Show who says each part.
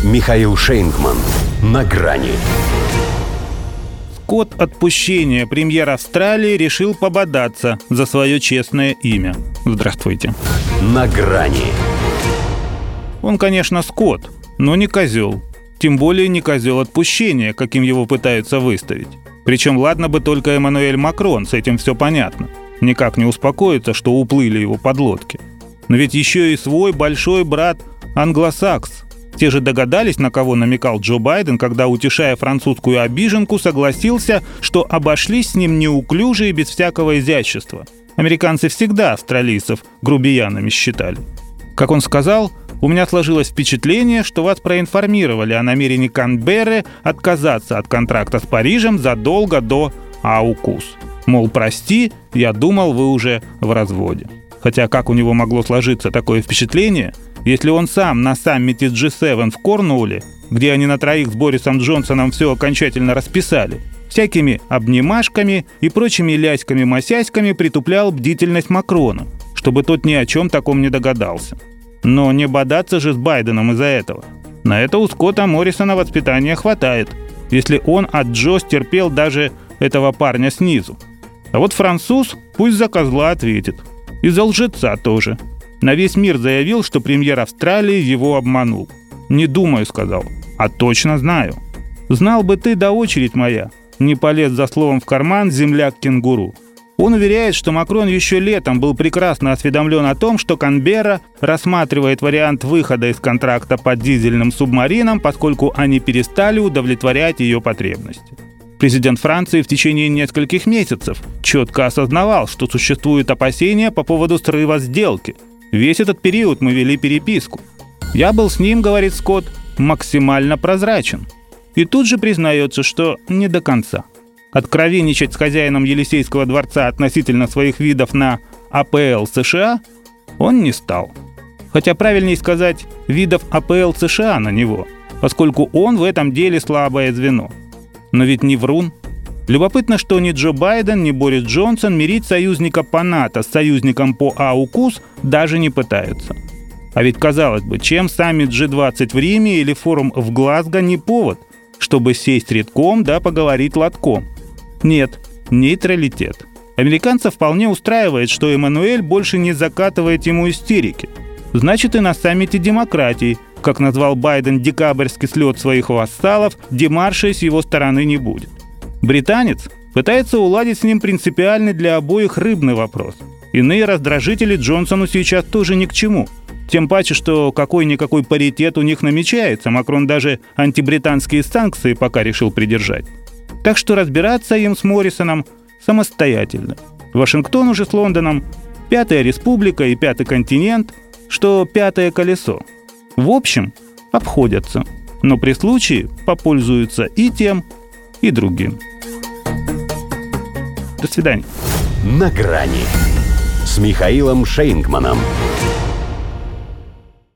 Speaker 1: Михаил Шейнгман. На грани.
Speaker 2: Скотт отпущения премьер Австралии решил пободаться за свое честное имя. Здравствуйте.
Speaker 1: На грани.
Speaker 2: Он, конечно, Скотт, но не козел. Тем более не козел отпущения, каким его пытаются выставить. Причем ладно бы только Эммануэль Макрон, с этим все понятно. Никак не успокоится, что уплыли его подлодки. Но ведь еще и свой большой брат англосакс. Те же догадались, на кого намекал Джо Байден, когда, утешая французскую обиженку, согласился, что обошлись с ним неуклюже и без всякого изящества. Американцы всегда австралийцев грубиянами считали. Как он сказал, у меня сложилось впечатление, что вас проинформировали о намерении Канберры отказаться от контракта с Парижем задолго до АУКУС. Мол, прости, я думал, вы уже в разводе. Хотя как у него могло сложиться такое впечатление, если он сам на саммите G7 в Корнуолле, где они на троих с Борисом Джонсоном все окончательно расписали, всякими обнимашками и прочими ляськами-масяськами притуплял бдительность Макрона, чтобы тот ни о чем таком не догадался. Но не бодаться же с Байденом из-за этого. На это у Скотта Моррисона воспитания хватает, если он от Джо стерпел даже этого парня снизу. А вот француз пусть за козла ответит. И за лжеца тоже. На весь мир заявил, что премьер Австралии его обманул. «Не думаю», — сказал, — «а точно знаю». «Знал бы ты, да очередь моя», — не полез за словом в карман земляк-кенгуру. Он уверяет, что Макрон еще летом был прекрасно осведомлен о том, что Канберра рассматривает вариант выхода из контракта по дизельным субмаринам, поскольку они перестали удовлетворять ее потребности. Президент Франции в течение нескольких месяцев четко осознавал, что существуют опасения по поводу срыва сделки. Весь этот период мы вели переписку. «Я был с ним, — говорит Скотт, — максимально прозрачен». И тут же признается, что не до конца. Откровенничать с хозяином Елисейского дворца относительно своих видов на АПЛ США он не стал. Хотя правильнее сказать, видов АПЛ США на него, поскольку он в этом деле слабое звено. Но ведь не врун. Любопытно, что ни Джо Байден, ни Борис Джонсон мирить союзника по НАТО с союзником по АУКУС даже не пытаются. А ведь, казалось бы, чем саммит G20 в Риме или форум в Глазго не повод, чтобы сесть редком да поговорить лотком. Нет, нейтралитет. Американца вполне устраивает, что Эммануэль больше не закатывает ему истерики. Значит, и на саммите демократий, как назвал Байден декабрьский слет своих вассалов, демарша с его стороны не будет. Британец пытается уладить с ним принципиальный для обоих рыбный вопрос. Иные раздражители Джонсону сейчас тоже ни к чему. Тем паче, что какой-никакой паритет у них намечается. Макрон даже антибританские санкции пока решил придержать. Так что разбираться им с Моррисоном самостоятельно. Вашингтон уже с Лондоном, Пятая республика и Пятый континент, что пятое колесо. В общем, обходятся, но при случае попользуются и тем, и другим. До свидания.
Speaker 1: На грани с Михаилом Шейнгманом.